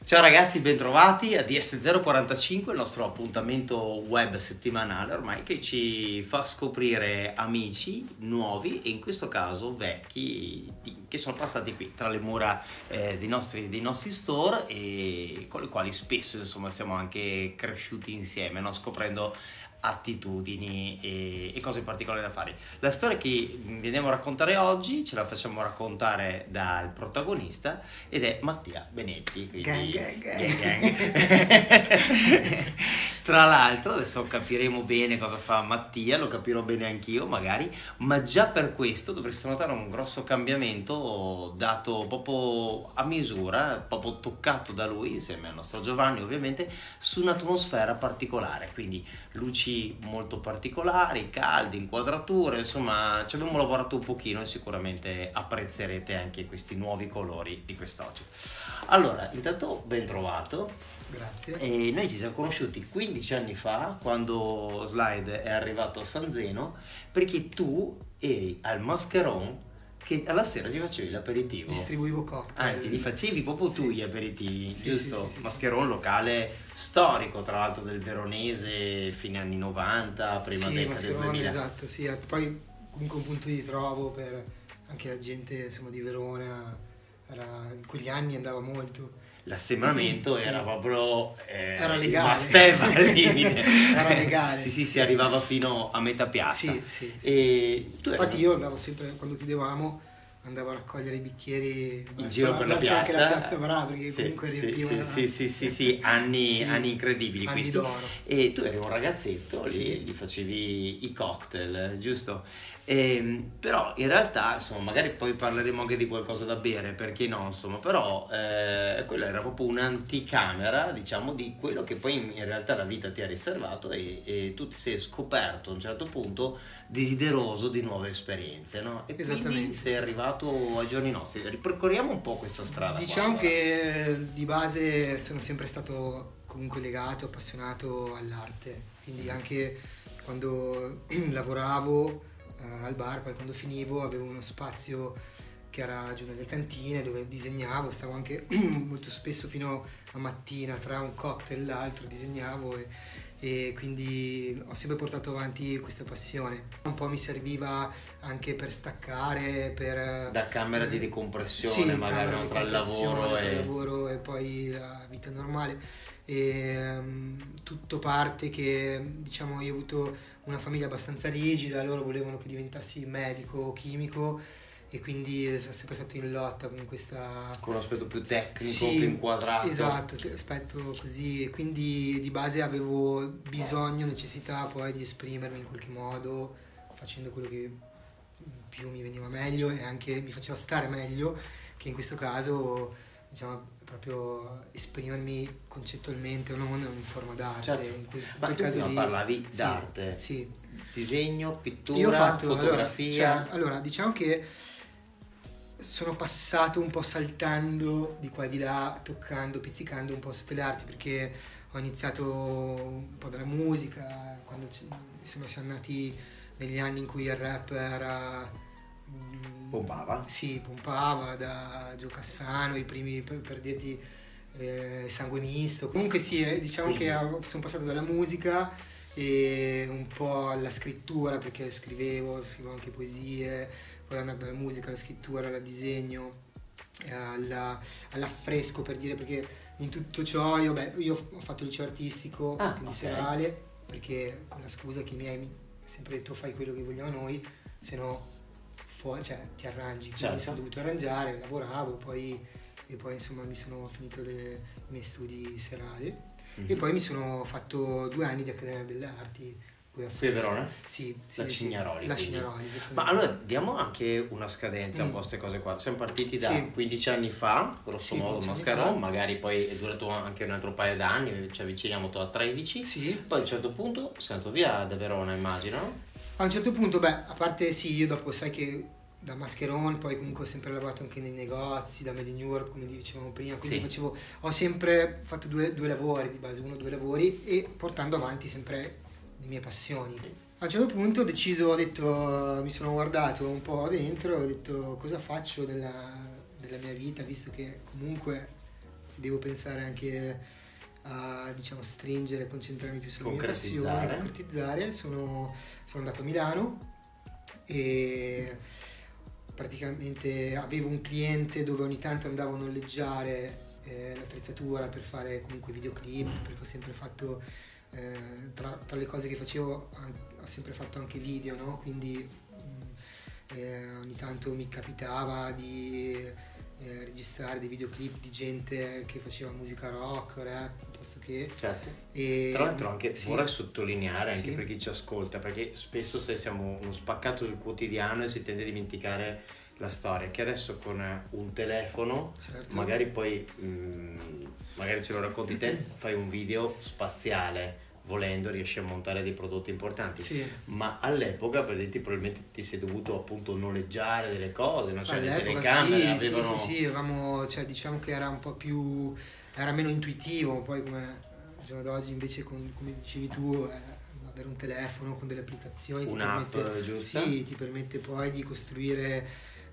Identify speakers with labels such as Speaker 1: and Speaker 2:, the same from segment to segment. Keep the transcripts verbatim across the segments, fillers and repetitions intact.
Speaker 1: Ciao ragazzi, bentrovati a D S zero quarantacinque, il nostro appuntamento web settimanale ormai che ci fa scoprire amici nuovi e in questo caso vecchi di- che sono passati qui tra le mura eh, dei, nostri, dei nostri store e con i quali spesso insomma siamo anche cresciuti insieme, no? Scoprendo attitudini e, e cose particolari da fare. La storia che vi andiamo a raccontare oggi ce la facciamo raccontare dal protagonista ed è Mattia Benetti, quindi
Speaker 2: Gang, gang,
Speaker 1: gang,
Speaker 2: gang.
Speaker 1: gang. Tra l'altro adesso capiremo bene cosa fa Mattia, lo capirò bene anch'io magari, ma già per questo dovreste notare un grosso cambiamento dato proprio a misura, proprio toccato da lui insieme al nostro Giovanni ovviamente, su un'atmosfera particolare, quindi luci molto particolari, caldi, inquadrature, insomma ci abbiamo lavorato un pochino e sicuramente apprezzerete anche questi nuovi colori di quest'oggi. Allora, intanto ben trovato.
Speaker 2: Grazie.
Speaker 1: E noi ci siamo conosciuti quindici anni fa quando Slide è arrivato a San Zeno, perché tu eri al Mascaron che alla sera ci facevi l'aperitivo.
Speaker 2: Distribuivo cocktail.
Speaker 1: Anzi, li facevi proprio tu
Speaker 2: Sì.
Speaker 1: gli aperitivi,
Speaker 2: Sì,
Speaker 1: giusto?
Speaker 2: sì, sì, sì,
Speaker 1: Mascaron, locale storico, tra l'altro del Veronese, fine anni novanta, prima
Speaker 2: sì,
Speaker 1: decade del
Speaker 2: Mascherone,
Speaker 1: duemila.
Speaker 2: esatto, sì. Poi comunque un punto di ritrovo per anche la gente insomma di Verona, era, in quegli anni andava molto.
Speaker 1: L'assembramento
Speaker 2: Sì.
Speaker 1: era proprio eh,
Speaker 2: Era
Speaker 1: il
Speaker 2: legale.
Speaker 1: must-have al limite.
Speaker 2: Era legale.
Speaker 1: Sì, sì, si arrivava fino a metà piazza.
Speaker 2: Sì, sì, sì.
Speaker 1: E tu eri-
Speaker 2: Infatti io andavo sempre, quando chiudevamo, andavo a raccogliere i bicchieri
Speaker 1: in
Speaker 2: verso
Speaker 1: giro
Speaker 2: la-
Speaker 1: per la
Speaker 2: verso anche
Speaker 1: piazza,
Speaker 2: la piazza Bra, perché
Speaker 1: sì,
Speaker 2: comunque
Speaker 1: sì,
Speaker 2: riempivano
Speaker 1: sì, sì, sì, sì, sì, anni,
Speaker 2: Sì,
Speaker 1: anni incredibili
Speaker 2: anni
Speaker 1: questi.
Speaker 2: d'oro.
Speaker 1: E tu eri un ragazzetto lì,
Speaker 2: Sì.
Speaker 1: gli facevi i cocktail, giusto? Ehm, però in realtà, insomma, magari poi parleremo anche di qualcosa da bere, perché no, insomma, però eh, quella era proprio un'anticamera, diciamo, di quello che poi in realtà la vita ti ha riservato e, e tu ti sei scoperto a un certo punto desideroso di nuove esperienze, no? E quindi
Speaker 2: Esattamente,
Speaker 1: sei
Speaker 2: sì.
Speaker 1: arrivato ai giorni nostri. Ripercorriamo un po' questa strada qua,
Speaker 2: Diciamo
Speaker 1: guarda.
Speaker 2: che eh, di base sono sempre stato comunque legato, appassionato all'arte, quindi anche quando lavoravo eh, al bar, poi quando finivo avevo uno spazio che era giù nelle cantine dove disegnavo, stavo anche molto spesso fino a mattina tra un cocktail e l'altro disegnavo e, e quindi ho sempre portato avanti questa passione. Un po' mi serviva anche per staccare, per...
Speaker 1: Da camera di
Speaker 2: eh,
Speaker 1: decompressione,
Speaker 2: sì,
Speaker 1: magari
Speaker 2: camera
Speaker 1: no?
Speaker 2: di
Speaker 1: Tra il lavoro
Speaker 2: compressione, tra il
Speaker 1: e...
Speaker 2: lavoro e poi la vita normale. E, um, tutto parte che diciamo io ho avuto una famiglia abbastanza rigida, loro volevano che diventassi medico o chimico e quindi sono sempre stato in lotta con questa...
Speaker 1: con un aspetto più tecnico,
Speaker 2: Sì,
Speaker 1: più inquadrato.
Speaker 2: esatto, ti aspetto così, e quindi di base avevo bisogno, necessità poi di esprimermi in qualche modo, facendo quello che più mi veniva meglio e anche mi faceva stare meglio, che in questo caso diciamo proprio esprimermi concettualmente o non in forma d'arte.
Speaker 1: Certo.
Speaker 2: In quel, in
Speaker 1: Ma
Speaker 2: quel
Speaker 1: tu
Speaker 2: caso
Speaker 1: prima
Speaker 2: lì,
Speaker 1: parlavi
Speaker 2: sì,
Speaker 1: d'arte,
Speaker 2: sì.
Speaker 1: disegno, pittura,
Speaker 2: Io ho fatto
Speaker 1: fotografia.
Speaker 2: Allora, cioè, allora, diciamo che sono passato un po' saltando di qua e di là, toccando, pizzicando un po' tutte le arti, perché ho iniziato un po' dalla musica, quando ci- insomma siamo nati negli anni in cui il rap era... mm,
Speaker 1: Pompava?
Speaker 2: Sì, pompava, da Gio Cassano, i primi, per, per dirti, eh, Sanguinisto. Comunque sì, eh, diciamo
Speaker 1: Quindi-
Speaker 2: che ho- sono passato dalla musica e un po' alla scrittura, perché scrivevo, scrivevo anche poesie, poi andando dalla musica alla scrittura, al disegno, eh, alla- all'affresco, per dire, perché in tutto ciò io, beh, io ho fatto il liceo artistico,
Speaker 1: Ah,
Speaker 2: quindi
Speaker 1: ok.
Speaker 2: serale, perché con la scusa che i miei mi hanno sempre detto fai quello che vogliamo noi, se no fuori, cioè ti arrangi, quindi
Speaker 1: Certo.
Speaker 2: mi sono dovuto arrangiare, lavoravo, poi, e poi insomma mi sono finito le- i miei studi serali
Speaker 1: Mhm.
Speaker 2: e poi mi sono fatto due anni di Accademia Belle Arti. Qui a
Speaker 1: Qui a Verona?
Speaker 2: Sì, sì,
Speaker 1: La
Speaker 2: sì,
Speaker 1: Cignaroli,
Speaker 2: La
Speaker 1: quindi.
Speaker 2: Cignaroli, esattamente.
Speaker 1: Ma allora diamo anche una scadenza un
Speaker 2: Mm.
Speaker 1: po' a queste cose qua. Siamo partiti da
Speaker 2: Sì.
Speaker 1: quindici anni fa, grosso
Speaker 2: Sì,
Speaker 1: modo,
Speaker 2: quindici anni
Speaker 1: Mascaron,
Speaker 2: fa.
Speaker 1: magari poi è durato anche un altro paio d'anni, ci avviciniamo a tredici.
Speaker 2: Sì.
Speaker 1: Poi a un certo punto sei andato via da Verona, immagino.
Speaker 2: A un certo punto, beh, a parte sì, io dopo sai che da Mascherone, poi comunque ho sempre lavorato anche nei negozi, da Made in Europe, come dicevamo prima, quindi
Speaker 1: Sì.
Speaker 2: facevo, ho sempre fatto due, due lavori di base, uno o due lavori e portando avanti sempre le mie passioni. A un certo punto ho deciso, ho detto, mi sono guardato un po' dentro, ho detto cosa faccio della, della mia vita, visto che comunque devo pensare anche a, diciamo, stringere, concentrarmi più sulle mie passioni,
Speaker 1: Concretizzare.
Speaker 2: concretizzare. Sono, sono andato a Milano e praticamente avevo un cliente dove ogni tanto andavo a noleggiare eh, l'attrezzatura per fare comunque videoclip, perché ho sempre fatto eh, tra, tra le cose che facevo an- ho sempre fatto anche video, no? Quindi mh, eh, ogni tanto mi capitava di eh, registrare dei videoclip di gente che faceva musica rock, rap, piuttosto che...
Speaker 1: Certo.
Speaker 2: E,
Speaker 1: Tra l'altro anche
Speaker 2: sì.
Speaker 1: vorrei sottolineare anche
Speaker 2: Sì.
Speaker 1: per chi ci ascolta, perché spesso se siamo uno spaccato del quotidiano e si tende a dimenticare la storia, che adesso con un telefono,
Speaker 2: Certo.
Speaker 1: magari poi mh, magari ce lo racconti te, fai un video spaziale, volendo riesci a montare dei prodotti importanti.
Speaker 2: Sì.
Speaker 1: Ma all'epoca per dirti, probabilmente ti sei dovuto appunto noleggiare delle cose, non so, le
Speaker 2: All'epoca
Speaker 1: telecamere
Speaker 2: sì,
Speaker 1: avevano...
Speaker 2: sì, sì, sì, avevamo, cioè, diciamo che era un po' più, era meno intuitivo, poi come il giorno d'oggi invece con, come dicevi tu, eh, avere un telefono con delle applicazioni ti
Speaker 1: Un'app
Speaker 2: permette,
Speaker 1: giusta?
Speaker 2: sì, ti permette poi di costruire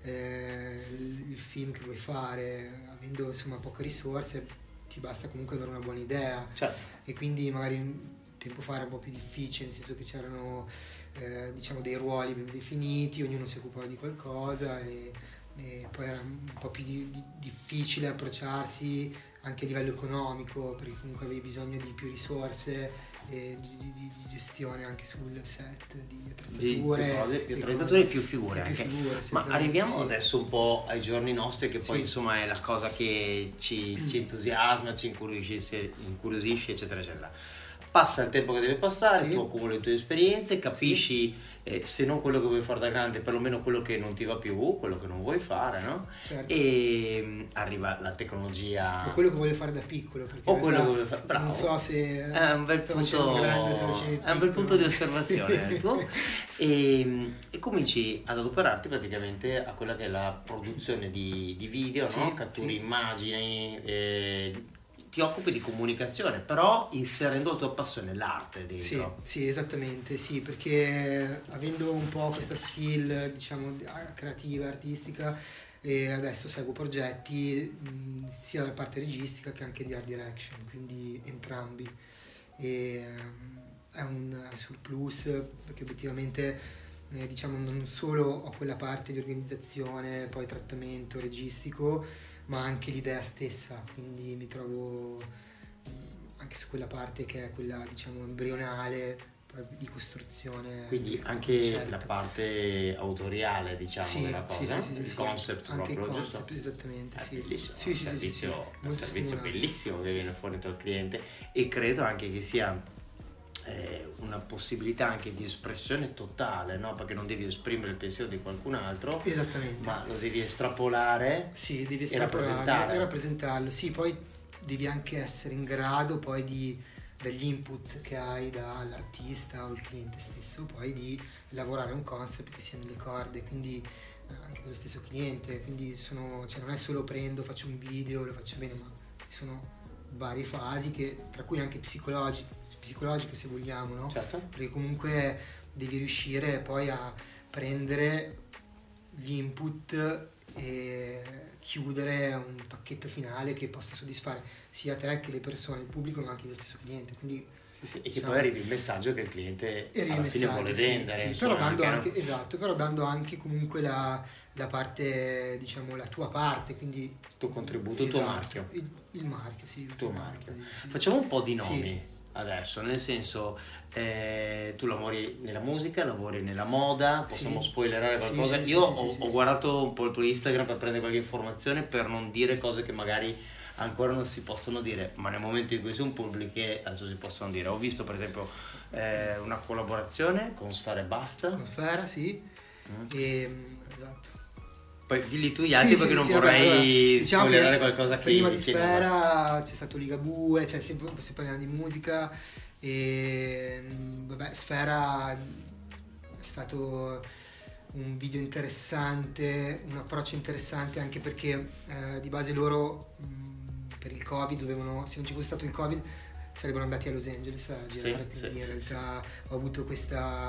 Speaker 2: eh, il il film che vuoi fare, avendo insomma poche risorse ti basta comunque avere una buona idea.
Speaker 1: Certo.
Speaker 2: E quindi magari un tempo fa era un po' più difficile, nel senso che c'erano eh, diciamo dei ruoli ben definiti, ognuno si occupava di qualcosa e, e poi era un po' più di, di, difficile approcciarsi anche a livello economico, perché comunque avevi bisogno di più risorse e di, di, di gestione anche sul set, di attrezzature,
Speaker 1: Di più cose, più
Speaker 2: e
Speaker 1: attrezzature e
Speaker 2: cose-
Speaker 1: più figure
Speaker 2: e più
Speaker 1: anche.
Speaker 2: figure,
Speaker 1: Ma
Speaker 2: certamente,
Speaker 1: arriviamo
Speaker 2: sì.
Speaker 1: adesso un po' ai giorni nostri, che poi
Speaker 2: Sì.
Speaker 1: insomma è la cosa che ci, ci entusiasma, ci incuriosisce, incuriosisce, eccetera, eccetera. Passa il tempo che deve passare,
Speaker 2: Sì.
Speaker 1: tu accumuli le tue esperienze, capisci eh, se non quello che vuoi fare da grande, perlomeno quello che non ti va più, quello che non vuoi fare, no?
Speaker 2: Certo.
Speaker 1: E mh, arriva la tecnologia.
Speaker 2: O quello che voglio fare da piccolo, perché
Speaker 1: O
Speaker 2: in
Speaker 1: quello
Speaker 2: realtà
Speaker 1: che voglio fare- bravo.
Speaker 2: non so se
Speaker 1: È un bel
Speaker 2: sto
Speaker 1: punto,
Speaker 2: facendo grande, sto facendo
Speaker 1: è un bel
Speaker 2: piccolo.
Speaker 1: punto di osservazione il tuo. e, e cominci ad adoperarti praticamente a quella che è la produzione di, di video,
Speaker 2: Sì,
Speaker 1: no? Catturi
Speaker 2: sì.
Speaker 1: immagini, eh, ti occupi di comunicazione, però inserendo la tua passione, l'arte
Speaker 2: Sì,
Speaker 1: dentro.
Speaker 2: sì, esattamente, sì, perché avendo un po' questa skill, diciamo, creativa, artistica, e adesso seguo progetti mh, sia dalla parte registica che anche di art direction, quindi entrambi. E ehm, è un surplus perché obiettivamente eh, diciamo non solo ho quella parte di organizzazione, poi trattamento registico, ma anche l'idea stessa, quindi mi trovo mh, anche su quella parte che è quella diciamo embrionale proprio di costruzione.
Speaker 1: Quindi
Speaker 2: del
Speaker 1: anche
Speaker 2: concetto.
Speaker 1: la parte autoriale, diciamo,
Speaker 2: Sì,
Speaker 1: della
Speaker 2: sì,
Speaker 1: cosa,
Speaker 2: sì, sì,
Speaker 1: il
Speaker 2: sì,
Speaker 1: concept
Speaker 2: anche il
Speaker 1: proprio,
Speaker 2: concept,
Speaker 1: giusto?
Speaker 2: esattamente,
Speaker 1: È
Speaker 2: sì.
Speaker 1: bellissimo,
Speaker 2: Sì,
Speaker 1: un
Speaker 2: sì, sì,
Speaker 1: servizio,
Speaker 2: sì, sì.
Speaker 1: un
Speaker 2: Molto
Speaker 1: servizio
Speaker 2: stimolante.
Speaker 1: bellissimo che
Speaker 2: Sì.
Speaker 1: viene fornito al cliente, e credo anche che sia eh, una possibilità anche di espressione totale, no? Perché non devi esprimere il pensiero di qualcun altro,
Speaker 2: Esattamente.
Speaker 1: ma lo devi estrapolare.
Speaker 2: Sì, devi
Speaker 1: e rappresentarlo.
Speaker 2: e rappresentarlo. Sì, poi devi anche essere in grado poi di dagli input che hai dall'artista o il cliente stesso, poi di lavorare un concept che sia nelle corde, quindi eh, anche dello stesso cliente, quindi sono, cioè non è solo prendo, faccio un video, lo faccio bene, ma ci sono varie fasi che, tra cui anche psicologiche, psicologiche se vogliamo, no?
Speaker 1: Certo.
Speaker 2: Perché comunque devi riuscire poi a prendere gli input e chiudere un pacchetto finale che possa soddisfare sia te che le persone, il pubblico, ma anche lo stesso cliente. Quindi
Speaker 1: Sì, sì, e che
Speaker 2: diciamo,
Speaker 1: poi arrivi il messaggio che il cliente
Speaker 2: arrivi
Speaker 1: alla
Speaker 2: il
Speaker 1: fine
Speaker 2: messaggio,
Speaker 1: vuole
Speaker 2: sì,
Speaker 1: vendere.
Speaker 2: sì,
Speaker 1: insomma,
Speaker 2: però dando
Speaker 1: anche,
Speaker 2: anche, esatto, però dando anche comunque la, la parte, diciamo, la tua parte, quindi
Speaker 1: il tuo contributo, il tuo
Speaker 2: esatto,
Speaker 1: marchio.
Speaker 2: Il, il marchio, sì.
Speaker 1: Il tuo marchio.
Speaker 2: Così, sì.
Speaker 1: Facciamo un po' di
Speaker 2: Sì.
Speaker 1: nomi adesso, nel senso, eh, tu lavori nella musica, lavori nella moda, possiamo
Speaker 2: Sì.
Speaker 1: spoilerare
Speaker 2: Sì,
Speaker 1: qualcosa.
Speaker 2: sì,
Speaker 1: Io
Speaker 2: sì,
Speaker 1: ho,
Speaker 2: sì, sì,
Speaker 1: ho
Speaker 2: sì.
Speaker 1: guardato un po' il tuo Instagram per prendere qualche informazione, per non dire cose che magari ancora non si possono dire, ma nel momento in cui sono pubbliche adesso si possono dire. Ho visto per esempio eh, una collaborazione con Sfera e Basta.
Speaker 2: Con Sfera, sì.
Speaker 1: Mm.
Speaker 2: E, esatto.
Speaker 1: Poi dilli tu gli altri,
Speaker 2: Sì,
Speaker 1: perché
Speaker 2: sì,
Speaker 1: non
Speaker 2: sì,
Speaker 1: vorrei
Speaker 2: vabbè, allora, diciamo
Speaker 1: spoilerare
Speaker 2: che
Speaker 1: qualcosa che
Speaker 2: prima di
Speaker 1: che
Speaker 2: Sfera c'è stato Ligabue, cioè sempre si parla di musica e vabbè, Sfera è stato un video interessante, un approccio interessante anche perché eh, di base loro mh, per il Covid dovevano, se non ci fosse stato il Covid sarebbero andati a Los Angeles a girare,
Speaker 1: Sì,
Speaker 2: quindi
Speaker 1: sì,
Speaker 2: in
Speaker 1: sì,
Speaker 2: realtà ho avuto questa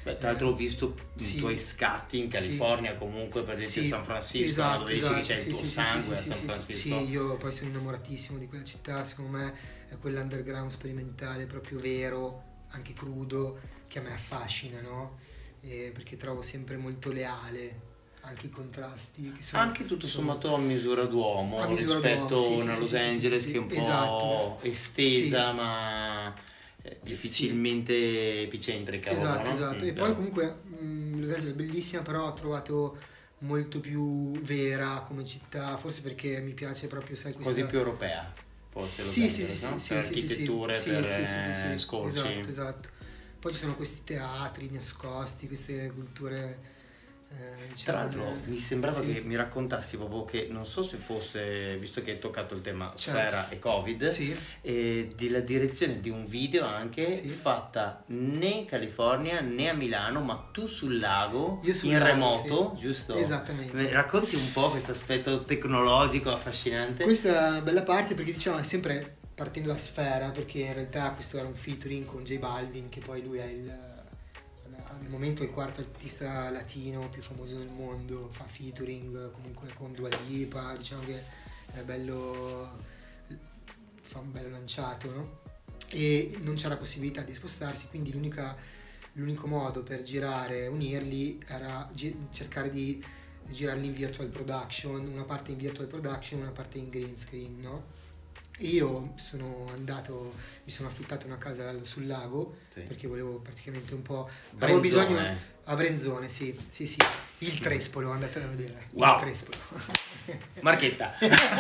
Speaker 1: Beh, tra l'altro ho visto
Speaker 2: sì.
Speaker 1: i tuoi scatti in California, sì. Comunque per esempio
Speaker 2: sì.
Speaker 1: San Francisco,
Speaker 2: esatto,
Speaker 1: dove
Speaker 2: esatto.
Speaker 1: dici che c'è
Speaker 2: sì,
Speaker 1: il tuo
Speaker 2: sì,
Speaker 1: sangue
Speaker 2: sì,
Speaker 1: a
Speaker 2: sì,
Speaker 1: San
Speaker 2: sì,
Speaker 1: Francisco.
Speaker 2: Sì, io poi sono innamoratissimo di quella città, secondo me è quell'underground sperimentale proprio vero, anche crudo, che a me affascina, no? E perché trovo sempre molto leale anche i contrasti che sono
Speaker 1: anche tutto
Speaker 2: sono
Speaker 1: sommato a misura d'uomo
Speaker 2: a misura
Speaker 1: rispetto
Speaker 2: d'uomo, sì, sì,
Speaker 1: a
Speaker 2: sì,
Speaker 1: Los
Speaker 2: sì, sì,
Speaker 1: Angeles,
Speaker 2: sì, sì,
Speaker 1: che è un
Speaker 2: esatto.
Speaker 1: po' estesa,
Speaker 2: Sì.
Speaker 1: ma eh,
Speaker 2: Sì.
Speaker 1: difficilmente epicentrica.
Speaker 2: Esatto,
Speaker 1: proprio, no?
Speaker 2: esatto.
Speaker 1: Mm,
Speaker 2: E poi comunque mh, Los Angeles è bellissima, però ho trovato molto più vera come città, forse perché mi piace proprio, sai, questa...
Speaker 1: quasi più europea, forse Los
Speaker 2: Sì, sì,
Speaker 1: Angeles,
Speaker 2: sì,
Speaker 1: no?
Speaker 2: sì,
Speaker 1: Per
Speaker 2: sì, sì, sì,
Speaker 1: architetture,
Speaker 2: sì,
Speaker 1: per
Speaker 2: sì, sì, sì,
Speaker 1: eh,
Speaker 2: sì,
Speaker 1: scorci.
Speaker 2: esatto, esatto. Poi ci sono questi teatri nascosti, queste culture, eh,
Speaker 1: Tra
Speaker 2: diciamo...
Speaker 1: l'altro mi sembrava
Speaker 2: sì.
Speaker 1: che mi raccontassi proprio che, non so se fosse, visto che hai toccato il tema
Speaker 2: Certo.
Speaker 1: sfera e Covid,
Speaker 2: Sì.
Speaker 1: eh, di la direzione di un video anche
Speaker 2: Sì.
Speaker 1: fatta né in California né a Milano, ma tu sul lago,
Speaker 2: Io sul
Speaker 1: in
Speaker 2: lago,
Speaker 1: remoto,
Speaker 2: sì.
Speaker 1: giusto?
Speaker 2: Esattamente.
Speaker 1: Mi racconti un po' questo aspetto tecnologico affascinante?
Speaker 2: Questa è una bella parte perché diciamo è sempre partendo da Sfera, perché in realtà questo era un featuring con J Balvin, che poi lui è il, al momento il quarto artista latino più famoso del mondo, fa featuring comunque con Dua Lipa, diciamo che è bello, fa un bello lanciato, no? E non c'era possibilità di spostarsi, quindi l'unica, l'unico modo per girare e unirli era gi- cercare di girarli in virtual production, una parte in virtual production, una parte in green screen, no? Io sono andato, mi sono affittato una casa sul lago, sì. Perché volevo praticamente un po'...
Speaker 1: Brenzone.
Speaker 2: Avevo bisogno... A Brenzone, sì, sì, sì. Il Trespolo, andate a vedere.
Speaker 1: Wow.
Speaker 2: Il Trespolo.
Speaker 1: Marchetta.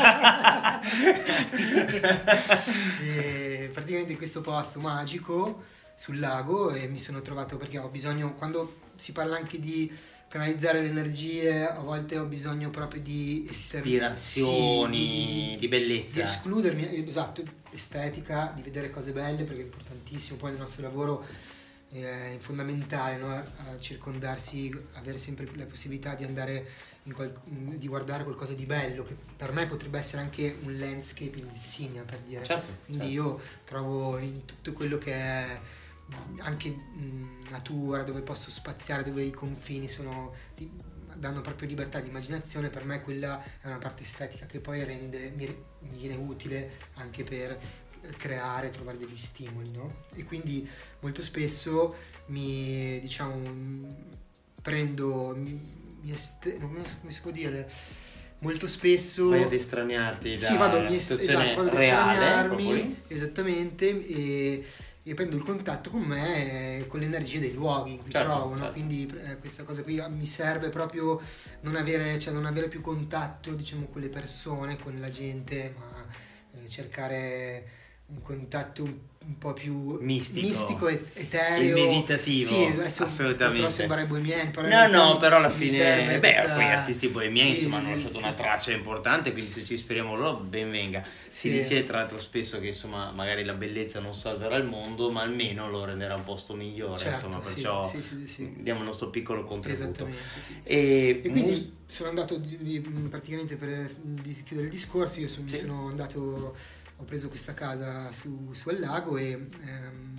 Speaker 2: E praticamente in questo posto magico sul lago e mi sono trovato, perché ho bisogno, quando si parla anche di canalizzare le energie, a volte ho bisogno proprio di
Speaker 1: ispirazioni, sì, di, di,
Speaker 2: di
Speaker 1: bellezza,
Speaker 2: di escludermi, esatto, estetica, di vedere cose belle, perché è importantissimo. Poi nel nostro lavoro è fondamentale, no? A circondarsi, avere sempre la possibilità di andare in qual- di guardare qualcosa di bello, che per me potrebbe essere anche un landscape insignia, per dire.
Speaker 1: Certo,
Speaker 2: quindi
Speaker 1: certo.
Speaker 2: Io trovo in tutto quello che è anche mh, natura, dove posso spaziare, dove i confini sono, ti, danno proprio libertà di immaginazione. Per me quella è una parte estetica che poi rende, mi, mi viene utile anche per creare, trovare degli stimoli, no? E quindi molto spesso mi, diciamo, prendo, mi, mi est- non so come si può dire, molto spesso
Speaker 1: vai ad estraniarti da
Speaker 2: sì, vado,
Speaker 1: una
Speaker 2: mi,
Speaker 1: situazione
Speaker 2: esatto, vado ad
Speaker 1: reale,
Speaker 2: estraniarmi, esattamente, e, e prendo il contatto con me e con le energie dei luoghi in cui
Speaker 1: certo,
Speaker 2: trovo, no?
Speaker 1: Certo.
Speaker 2: Quindi eh, questa cosa qui mi serve proprio non avere, cioè non avere più contatto, diciamo, con le persone, con la gente, ma eh, cercare un contatto un, un po' più
Speaker 1: mistico,
Speaker 2: mistico e etereo,
Speaker 1: il meditativo.
Speaker 2: sì, adesso
Speaker 1: assolutamente.
Speaker 2: potrò sembrare bohemian, però
Speaker 1: no no
Speaker 2: mi,
Speaker 1: però alla
Speaker 2: mi
Speaker 1: fine beh
Speaker 2: questa...
Speaker 1: poi artisti bohemiani, sì, insomma, hanno lasciato
Speaker 2: sì,
Speaker 1: una
Speaker 2: sì.
Speaker 1: traccia importante, quindi se ci ispiriamo loro ben venga. Si
Speaker 2: sì.
Speaker 1: dice tra l'altro spesso che insomma magari la bellezza non salverà il mondo, ma almeno lo renderà un posto migliore,
Speaker 2: certo,
Speaker 1: insomma,
Speaker 2: sì,
Speaker 1: perciò
Speaker 2: sì, sì, sì.
Speaker 1: diamo il nostro piccolo contributo.
Speaker 2: Esattamente, sì.
Speaker 1: e,
Speaker 2: e quindi mus- sono andato di, di, praticamente per di chiudere il discorso, io sono, sì. sono andato, ho preso questa casa su, su al lago e ehm,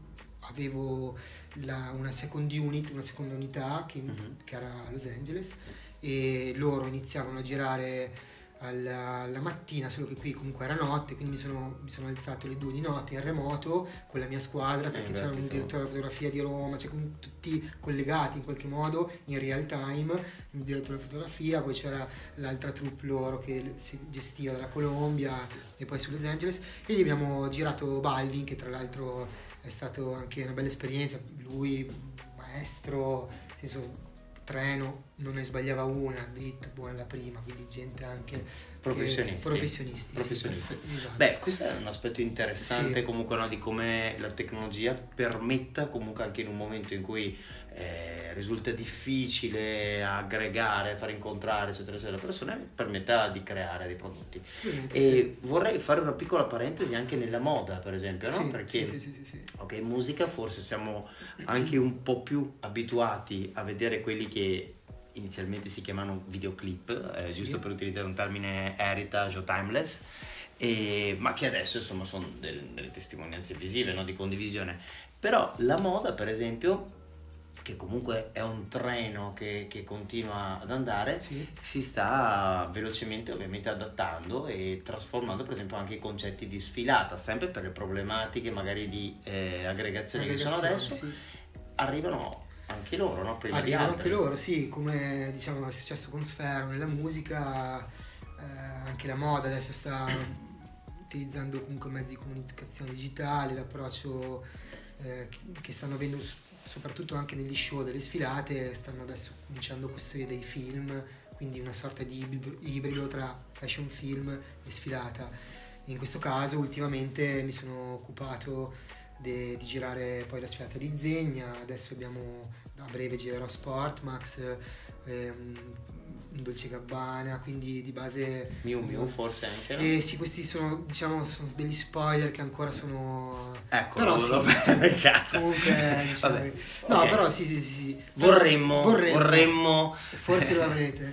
Speaker 2: avevo la, una second unit, una seconda unità che, mm-hmm. che era a Los Angeles, e loro iniziavano a girare alla, alla mattina, solo che qui comunque era notte, quindi mi sono, mi sono alzato alle due di notte in remoto con la mia squadra, perché eh, c'era un direttore della fotografia di Roma, cioè con tutti collegati in qualche modo in real time, il direttore della fotografia, poi c'era l'altra troupe loro che si gestiva dalla Colombia e poi su Los Angeles, e lì abbiamo girato Balvin, che tra l'altro è stato anche una bella esperienza, lui maestro, nel senso, treno, non ne sbagliava una, dritta, buona la prima, quindi gente anche
Speaker 1: professionisti.
Speaker 2: Professionisti,
Speaker 1: professionisti.
Speaker 2: Sì, esatto.
Speaker 1: Beh, questo è un aspetto interessante,
Speaker 2: sì.
Speaker 1: comunque, no, di come la tecnologia permetta comunque anche in un momento in cui eh, risulta difficile aggregare, far incontrare eccetera eccetera le persone, permetta di creare dei prodotti.
Speaker 2: Sì,
Speaker 1: e
Speaker 2: sì.
Speaker 1: vorrei fare una piccola parentesi anche nella moda, per esempio, no?
Speaker 2: Sì,
Speaker 1: perché
Speaker 2: sì, sì, sì, sì.
Speaker 1: ok, musica forse siamo anche un po' più abituati a vedere quelli che inizialmente si chiamano videoclip, eh, sì. giusto per utilizzare un termine heritage o timeless, e, ma che adesso insomma sono del, delle testimonianze visive, no? Di condivisione. Però la moda, per esempio, che comunque è un treno che, che continua ad andare,
Speaker 2: Sì.
Speaker 1: si sta velocemente ovviamente adattando e trasformando per esempio anche i concetti di sfilata, sempre per le problematiche magari di eh, aggregazione che ci sono adesso,
Speaker 2: sì.
Speaker 1: arrivano anche loro, no? Prima
Speaker 2: Arrivano
Speaker 1: di
Speaker 2: anche
Speaker 1: altri.
Speaker 2: loro, sì, come diciamo è successo con Sfero nella musica, eh, anche la moda adesso sta utilizzando comunque mezzi di comunicazione digitale, l'approccio eh, che stanno avendo soprattutto anche negli show delle sfilate, stanno adesso cominciando a costruire dei film, quindi una sorta di ibrido, ibrido tra fashion film e sfilata. In questo caso ultimamente mi sono occupato de, di girare poi la sfilata di Zegna, adesso abbiamo, a breve girerò Sportmax, ehm, Dolce Gabbana, quindi di base
Speaker 1: Miu Miu forse anche, no?
Speaker 2: eh sì, questi sono diciamo sono degli spoiler che ancora sono,
Speaker 1: ecco,
Speaker 2: però
Speaker 1: l'ho
Speaker 2: sì, cioè, comunque diciamo,
Speaker 1: vabbè,
Speaker 2: no
Speaker 1: okay.
Speaker 2: però sì sì sì
Speaker 1: vorremmo
Speaker 2: vorremmo,
Speaker 1: vorremmo
Speaker 2: forse lo avrete.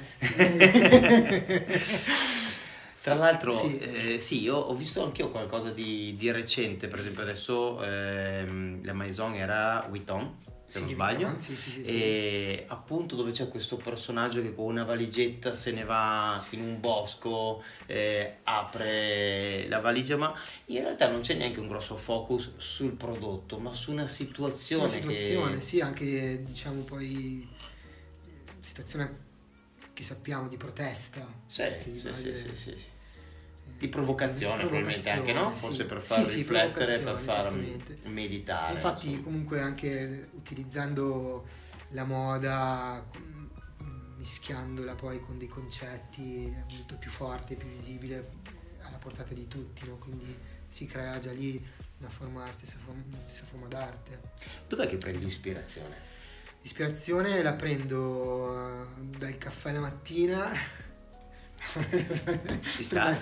Speaker 1: Tra l'altro
Speaker 2: sì,
Speaker 1: eh, sì, io ho visto anch'io qualcosa di, di recente, per esempio adesso ehm, la Maison era Vuitton, se
Speaker 2: sì,
Speaker 1: non sbaglio,
Speaker 2: Vuitton, sì, sì, sì,
Speaker 1: e appunto dove c'è questo personaggio che con una valigetta se ne va in un bosco, eh, apre la valigia, ma in realtà non c'è neanche un grosso focus sul prodotto, ma su una situazione,
Speaker 2: una situazione,
Speaker 1: che...
Speaker 2: sì, anche diciamo poi situazione che sappiamo di protesta,
Speaker 1: Sì,
Speaker 2: che di
Speaker 1: sì,
Speaker 2: base,
Speaker 1: sì, sì, sì.
Speaker 2: eh,
Speaker 1: Di provocazione,
Speaker 2: di
Speaker 1: probabilmente anche, no?
Speaker 2: provocazione,
Speaker 1: Forse
Speaker 2: sì.
Speaker 1: per far
Speaker 2: Sì, sì,
Speaker 1: riflettere, per
Speaker 2: provocazione,
Speaker 1: far
Speaker 2: esattamente.
Speaker 1: meditare.
Speaker 2: Infatti
Speaker 1: insomma.
Speaker 2: comunque anche utilizzando la moda, mh, mischiandola poi con dei concetti è molto più forte, più visibile, alla portata di tutti, no? Quindi si crea già lì una forma, stessa forma, una stessa forma d'arte.
Speaker 1: Dov'è che prendi ispirazione?
Speaker 2: L'ispirazione la prendo eh, dal caffè la mattina.
Speaker 1: Ci sta?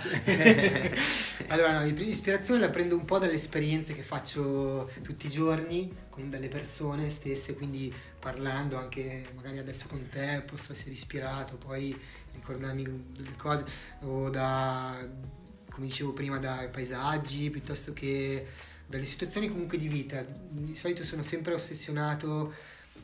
Speaker 2: Allora no, l'ispirazione la prendo un po' dalle esperienze che faccio tutti i giorni con delle persone stesse, quindi parlando anche magari adesso con te posso essere ispirato, poi ricordarmi delle cose, o da, come dicevo prima, dai paesaggi piuttosto che dalle situazioni comunque di vita. Di solito sono sempre ossessionato,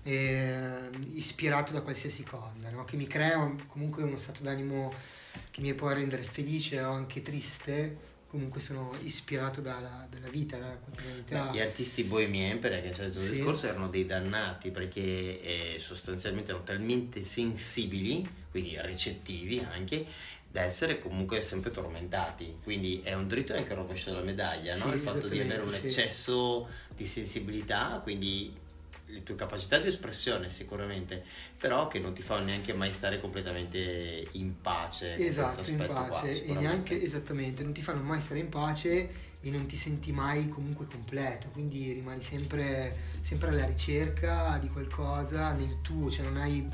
Speaker 2: eh, ispirato da qualsiasi cosa, no? Che mi crea comunque uno stato d'animo che mi può rendere felice o anche triste. Comunque sono ispirato dalla, dalla vita, dalla quotidianità.
Speaker 1: Beh, gli artisti bohemien, per agganciare il tuo
Speaker 2: Sì.
Speaker 1: discorso, erano dei dannati perché eh, sostanzialmente erano talmente sensibili, quindi recettivi anche, da essere comunque sempre tormentati. Quindi è un dritto e anche il rovescio della medaglia, no?
Speaker 2: Sì,
Speaker 1: Il fatto di avere un
Speaker 2: esattamente, sì.
Speaker 1: eccesso di sensibilità, quindi le tue capacità di espressione sicuramente, però che non ti fanno neanche mai stare completamente in pace con
Speaker 2: Esatto,
Speaker 1: questo
Speaker 2: in
Speaker 1: aspetto qua,
Speaker 2: pace, e
Speaker 1: sicuramente.
Speaker 2: neanche esattamente, non ti fanno mai stare in pace e non ti senti mai comunque completo, quindi rimani sempre, sempre alla ricerca di qualcosa nel tuo, cioè non hai,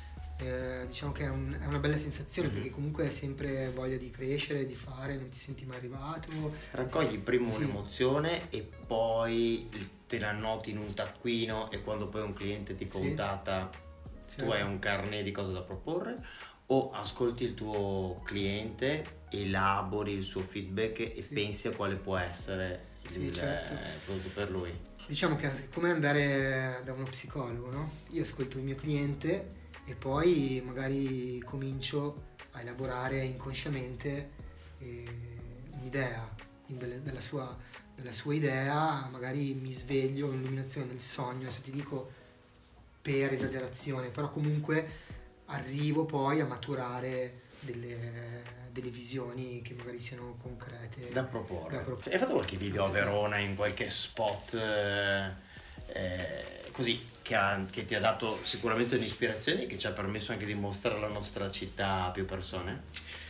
Speaker 2: eh, diciamo che è, un, è una bella sensazione,
Speaker 1: Mhm.
Speaker 2: perché comunque hai sempre voglia di crescere, di fare, non ti senti mai arrivato.
Speaker 1: Raccogli prima
Speaker 2: Sì.
Speaker 1: un'emozione e poi te la annoti in un taccuino, e quando poi un cliente ti contatta,
Speaker 2: Certo.
Speaker 1: tu hai un carnet di cose da proporre, o ascolti il tuo cliente, elabori il suo feedback e
Speaker 2: Sì.
Speaker 1: pensi a quale può essere
Speaker 2: Sì,
Speaker 1: il
Speaker 2: certo.
Speaker 1: eh, prodotto per lui.
Speaker 2: Diciamo che è come andare da uno psicologo, no? Io ascolto il mio cliente e poi magari comincio a elaborare inconsciamente eh, un'idea, quindi delle- della sua, della sua idea magari mi sveglio, un'illuminazione nel sogno, adesso ti dico per esagerazione, però comunque arrivo poi a maturare delle, delle visioni che magari siano concrete.
Speaker 1: Da proporre.
Speaker 2: Da proporre.
Speaker 1: Hai fatto qualche video a Verona, in qualche spot eh, eh, così che, ha- che ti ha dato sicuramente un'ispirazione e che ci ha permesso anche di mostrare la nostra città a più persone?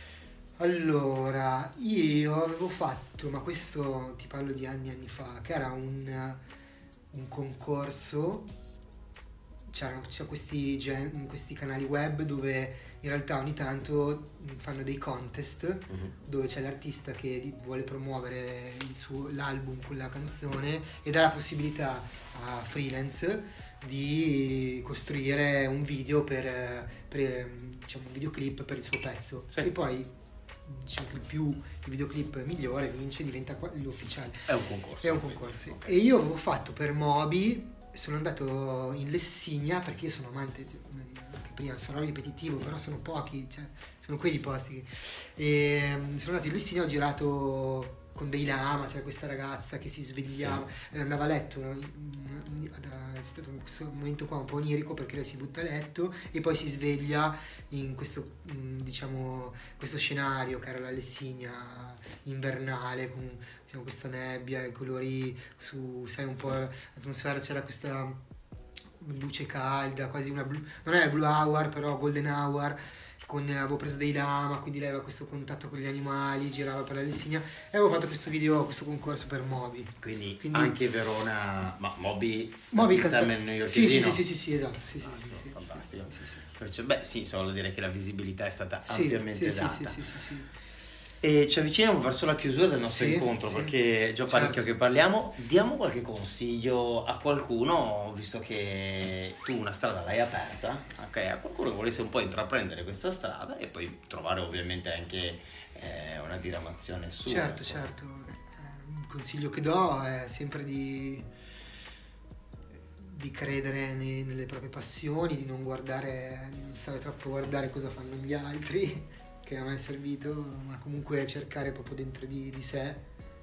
Speaker 2: Allora, io avevo fatto, ma questo ti parlo di anni e anni fa, che era un, un concorso, c'erano, c'erano questi, gen- questi canali web dove in realtà ogni tanto fanno dei contest
Speaker 1: Mhm.
Speaker 2: dove c'è l'artista che di- vuole promuovere il suo, l'album con la canzone e dà la possibilità a freelance di costruire un video per, per diciamo un videoclip per il suo pezzo.
Speaker 1: Sì.
Speaker 2: E poi diciamo che il più il videoclip migliore vince, diventa qua- l'ufficiale.
Speaker 1: È un concorso.
Speaker 2: È un
Speaker 1: quindi.
Speaker 2: concorso.
Speaker 1: Ok.
Speaker 2: E io avevo fatto per Moby sono andato in Lessigna, perché io sono amante, anche prima sono ripetitivo, però sono pochi, cioè, sono quei posti. E sono andato in Lessigna, ho girato con dei lama, c'era questa ragazza che si svegliava, sì. andava a letto, no? È stato questo momento qua un po' onirico, perché lei si butta a letto e poi si sveglia in questo, diciamo, questo scenario che era la Lessigna invernale, con, diciamo, questa nebbia e colori su, sai, un po' l'atmosfera, c'era questa luce calda, quasi una blu, non è blue hour, però golden hour, con, avevo preso dei lama, quindi lei aveva questo contatto con gli animali, girava per la Lessigna e avevo fatto questo video, questo concorso per Moby.
Speaker 1: Quindi,
Speaker 2: quindi
Speaker 1: anche Verona, ma Moby,
Speaker 2: Moby
Speaker 1: canta
Speaker 2: newyorkesino. Sì, sì, sì, sì, sì, sì, esatto, sì, sì,
Speaker 1: ah,
Speaker 2: sì, sì,
Speaker 1: fantastico.
Speaker 2: Sì, sì.
Speaker 1: Perciò, beh, sì, solo dire che la visibilità è stata
Speaker 2: sì,
Speaker 1: ampiamente
Speaker 2: sì,
Speaker 1: data.
Speaker 2: Sì, sì, sì, sì, sì.
Speaker 1: E ci avviciniamo verso la chiusura del nostro
Speaker 2: sì,
Speaker 1: incontro,
Speaker 2: sì.
Speaker 1: perché è già parecchio
Speaker 2: certo.
Speaker 1: che parliamo. Diamo qualche consiglio a qualcuno, visto che tu una strada l'hai aperta, ok? A qualcuno che volesse un po' intraprendere questa strada e poi trovare ovviamente anche eh, una diramazione sua.
Speaker 2: Certo,
Speaker 1: insomma.
Speaker 2: certo. Un consiglio che do è sempre di, di credere nei, nelle proprie passioni, di non guardare, di non stare troppo a guardare cosa fanno gli altri, che a me è servito, ma comunque cercare proprio dentro di, di sé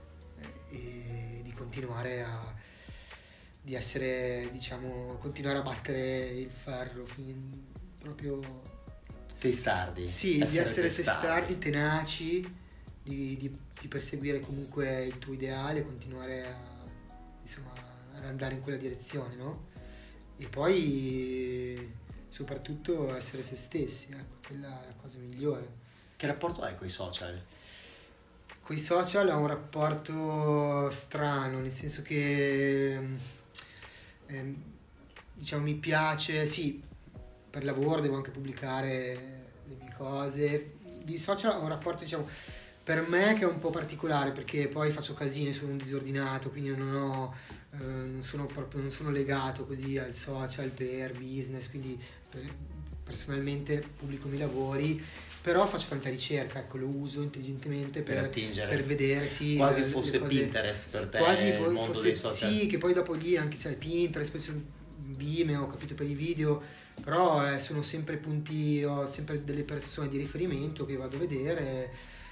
Speaker 2: e di continuare a di essere, diciamo, continuare a battere il ferro fin, proprio
Speaker 1: testardi.
Speaker 2: sì,
Speaker 1: essere
Speaker 2: di essere
Speaker 1: testardi,
Speaker 2: testardi tenaci, di, di, di perseguire comunque il tuo ideale, continuare a, insomma, ad andare in quella direzione, no? E poi soprattutto essere se stessi, ecco, quella è la cosa migliore.
Speaker 1: Che rapporto hai con i social?
Speaker 2: Con i social ho un rapporto strano, nel senso che eh, diciamo mi piace, sì, per lavoro devo anche pubblicare le mie cose. Di social ho un rapporto, diciamo, per me che è un po' particolare, perché poi faccio casino, sono un disordinato, quindi non ho eh, non sono proprio non sono legato così al social per business, quindi per, personalmente pubblico i miei lavori, però faccio tanta ricerca, ecco, lo uso intelligentemente per,
Speaker 1: per,
Speaker 2: per vedere, sì,
Speaker 1: quasi
Speaker 2: le,
Speaker 1: fosse
Speaker 2: le cose,
Speaker 1: Pinterest per te,
Speaker 2: quasi
Speaker 1: il
Speaker 2: poi
Speaker 1: mondo
Speaker 2: fosse,
Speaker 1: dei social.
Speaker 2: sì, che poi dopo lì anche sai Pinterest, spesso Vimeo, ho capito, per i video, però eh, sono sempre punti, ho sempre delle persone di riferimento che vado a vedere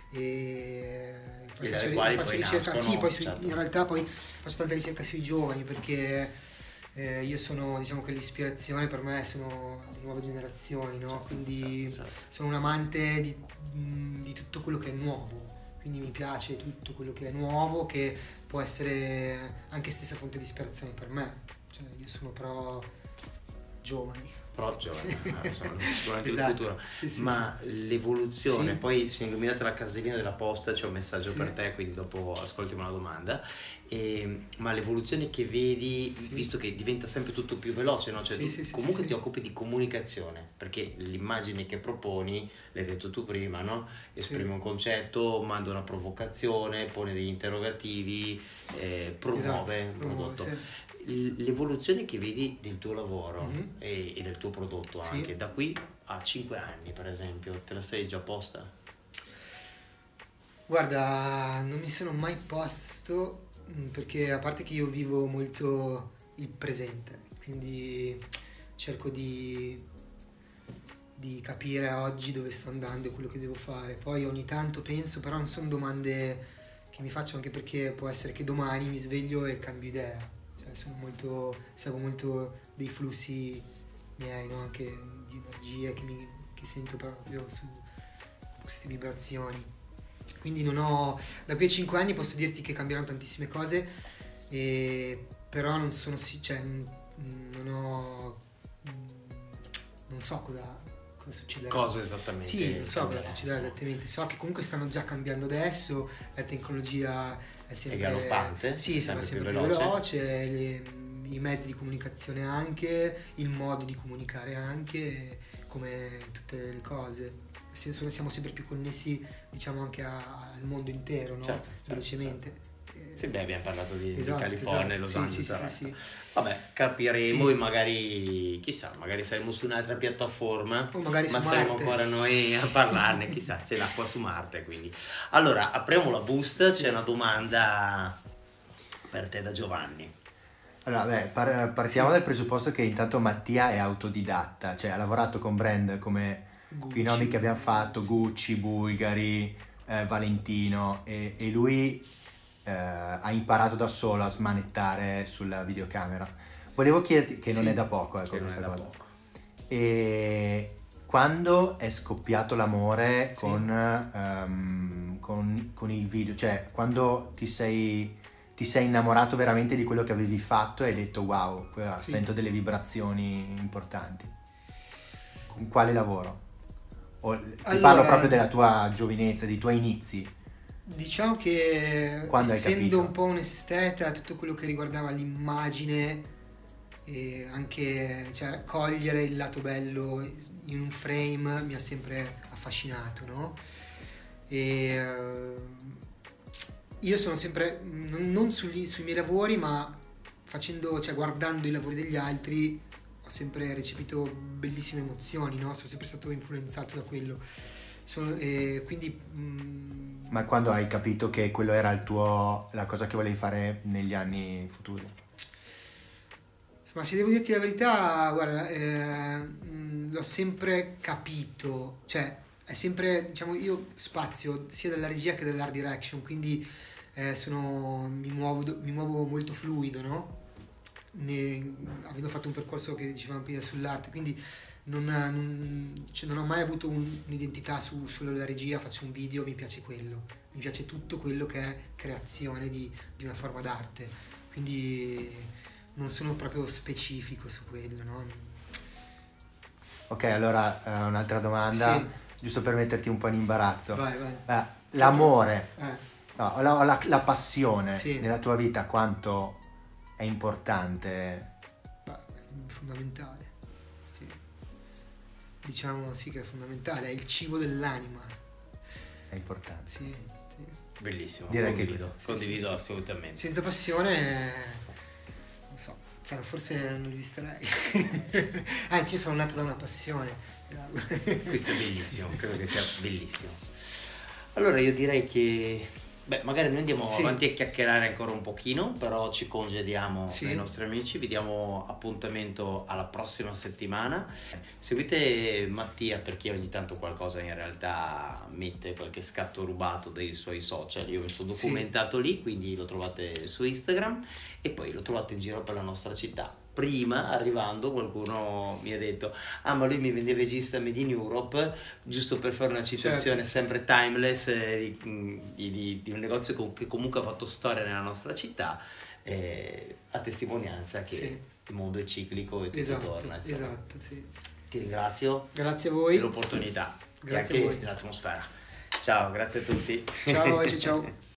Speaker 2: e poi
Speaker 1: e
Speaker 2: faccio,
Speaker 1: quali
Speaker 2: faccio
Speaker 1: poi
Speaker 2: ricerca,
Speaker 1: nascono,
Speaker 2: sì, poi su,
Speaker 1: certo.
Speaker 2: in realtà poi faccio tanta ricerca sui giovani, perché Eh, io sono, diciamo che l'ispirazione per me sono le nuove generazioni, no?
Speaker 1: Certo,
Speaker 2: Quindi
Speaker 1: certo, certo.
Speaker 2: sono un amante di, di tutto quello che è nuovo, quindi mi piace tutto quello che è nuovo, che può essere anche stessa fonte di ispirazione per me, cioè io sono però giovani.
Speaker 1: Però giovani, eh, sono sicuramente
Speaker 2: esatto.
Speaker 1: il futuro,
Speaker 2: sì, sì,
Speaker 1: ma
Speaker 2: sì.
Speaker 1: l'evoluzione,
Speaker 2: sì.
Speaker 1: poi se illuminate la casellina della posta c'è un messaggio
Speaker 2: sì.
Speaker 1: per te, quindi dopo ascoltiamo la domanda. E, ma l'evoluzione che vedi, sì. visto che diventa sempre tutto più veloce, no? Cioè,
Speaker 2: sì,
Speaker 1: tu
Speaker 2: sì, sì,
Speaker 1: comunque
Speaker 2: sì,
Speaker 1: ti occupi di comunicazione, perché l'immagine che proponi, l'hai detto tu prima, no? Esprime
Speaker 2: sì.
Speaker 1: un concetto, manda una provocazione, pone degli interrogativi, eh, promuove
Speaker 2: esatto.
Speaker 1: un prodotto.
Speaker 2: Sì.
Speaker 1: L'evoluzione che vedi del tuo lavoro
Speaker 2: mm-hmm.
Speaker 1: e, e del tuo prodotto
Speaker 2: sì.
Speaker 1: anche da qui a cinque anni, per esempio, te la sei già posta?
Speaker 2: Guarda, non mi sono mai posto, perché a parte che io vivo molto il presente, quindi cerco di, di capire oggi dove sto andando e quello che devo fare. Poi ogni tanto penso, però non sono domande che mi faccio, anche perché può essere che domani mi sveglio e cambio idea. Sono molto, seguo molto dei flussi miei, no? Anche di energie che, mi, che sento proprio su queste vibrazioni. Quindi non ho, da qui a cinque anni posso dirti che cambieranno tantissime cose, e, però non sono, cioè, non ho, non so cosa, cosa succederà.
Speaker 1: Cosa esattamente?
Speaker 2: Sì, non so cosa succederà esattamente, so che comunque stanno già cambiando adesso, la tecnologia è sempre
Speaker 1: è galoppante,
Speaker 2: sì,
Speaker 1: sempre,
Speaker 2: sempre più
Speaker 1: più
Speaker 2: veloce, veloce le, i mezzi di comunicazione anche, il modo di comunicare anche, come tutte le cose. Siamo sempre più connessi, diciamo, anche a, al mondo intero, no?
Speaker 1: Certo,
Speaker 2: velocemente.
Speaker 1: Certo. Sì, beh, abbiamo parlato di,
Speaker 2: esatto,
Speaker 1: di California,
Speaker 2: esatto.
Speaker 1: Los
Speaker 2: sì,
Speaker 1: Angeles.
Speaker 2: sì, sì, sì.
Speaker 1: Vabbè, capiremo
Speaker 2: sì.
Speaker 1: e magari, chissà, magari saremo su un'altra piattaforma,
Speaker 2: o magari
Speaker 1: ma
Speaker 2: su
Speaker 1: saremo
Speaker 2: Marte.
Speaker 1: ancora noi a parlarne, chissà, c'è l'acqua su Marte, quindi. Allora, apriamo la busta, sì. C'è una domanda per te da Giovanni.
Speaker 3: Allora, beh, par- partiamo dal presupposto che intanto Mattia è autodidatta, cioè ha lavorato con brand come
Speaker 2: Gucci,
Speaker 3: i nomi che abbiamo fatto, Gucci, Bulgari, eh, Valentino, e, e lui eh, ha imparato da solo a smanettare sulla videocamera. Volevo chiederti, che non
Speaker 2: Sì.
Speaker 3: è da poco, ecco,
Speaker 1: Che non è
Speaker 3: questa
Speaker 1: da
Speaker 3: cosa.
Speaker 1: poco.
Speaker 3: E quando è scoppiato l'amore
Speaker 2: Sì.
Speaker 3: con, ehm, con, con il video, cioè quando ti sei, ti sei innamorato veramente di quello che avevi fatto e hai detto wow, qua
Speaker 2: Sì.
Speaker 3: sento delle vibrazioni importanti. Con quale lavoro? O, ti
Speaker 2: Allora-
Speaker 3: parlo proprio della tua giovinezza, dei tuoi inizi.
Speaker 2: Diciamo che
Speaker 3: Quando hai
Speaker 2: essendo
Speaker 3: capito?
Speaker 2: un po' un esteta, tutto quello che riguardava l'immagine e anche cioè, cogliere il lato bello in un frame mi ha sempre affascinato, no? E eh, io sono sempre, non, non sugli- sui miei lavori, ma facendo, cioè guardando i lavori degli altri, ho sempre recepito bellissime emozioni, no? Sono sempre stato influenzato da quello. Sono- e quindi mh,
Speaker 3: Ma quando hai capito che quello era il tuo, la cosa che volevi fare negli anni futuri?
Speaker 2: ma se devo dirti la verità, guarda, eh, mh, l'ho sempre capito, cioè è sempre, diciamo, io spazio sia dalla regia che dall'art direction, quindi eh, sono, mi muovo, mi muovo molto fluido, no? Ne- avendo fatto un percorso che dicevamo prima sull'arte, quindi non, non, cioè, non ho mai avuto un- un'identità su, sulla regia, faccio un video, mi piace quello, mi piace tutto quello che è creazione di, di una forma d'arte, quindi non sono proprio specifico su quello, no?
Speaker 3: Ok, allora eh, un'altra domanda,
Speaker 2: Sì.
Speaker 3: giusto per metterti un po' in imbarazzo.
Speaker 2: Vai, vai.
Speaker 3: Eh, l'amore,
Speaker 2: Eh,
Speaker 3: no, la, la- la passione
Speaker 2: Sì.
Speaker 3: nella tua vita quanto è importante?
Speaker 2: bah, è fondamentale, sì. Diciamo sì che è fondamentale, è il cibo dell'anima,
Speaker 3: È importante.
Speaker 2: sì, sì.
Speaker 1: Bellissimo,
Speaker 3: Direi che-
Speaker 1: condivido,
Speaker 2: sì,
Speaker 1: condivido assolutamente.
Speaker 2: Senza passione, non so, cioè, forse non esisterei. Anzi, io sono nato da una passione.
Speaker 1: Questo è bellissimo, credo che sia bellissimo. Allora io direi che, beh, magari noi andiamo
Speaker 2: Sì.
Speaker 1: avanti a chiacchierare ancora un pochino, però ci congediamo
Speaker 2: Sì.
Speaker 1: dai nostri amici, vi diamo appuntamento alla prossima settimana. Seguite Mattia perché ogni tanto qualcosa in realtà mette qualche scatto rubato dei suoi social, io mi sono
Speaker 2: Sì.
Speaker 1: documentato lì, quindi lo trovate su Instagram e poi lo trovate in giro per la nostra città. Prima, arrivando, qualcuno mi ha detto ah ma lui mi vendeva i jeans da Made in Europe, giusto per fare una citazione
Speaker 2: Certo.
Speaker 1: sempre timeless eh, di, di- di un negozio com- che comunque ha fatto storia nella nostra città, eh, a testimonianza che
Speaker 2: Sì.
Speaker 1: il mondo è ciclico e tutto
Speaker 2: Esatto,
Speaker 1: torna, insomma.
Speaker 2: esatto, sì.
Speaker 1: Ti ringrazio
Speaker 2: Grazie a voi.
Speaker 1: dell'opportunità
Speaker 2: Grazie
Speaker 1: e
Speaker 2: a
Speaker 1: anche
Speaker 2: voi.
Speaker 1: dell'atmosfera. Ciao, grazie a tutti.
Speaker 2: Ciao, ciao, ciao.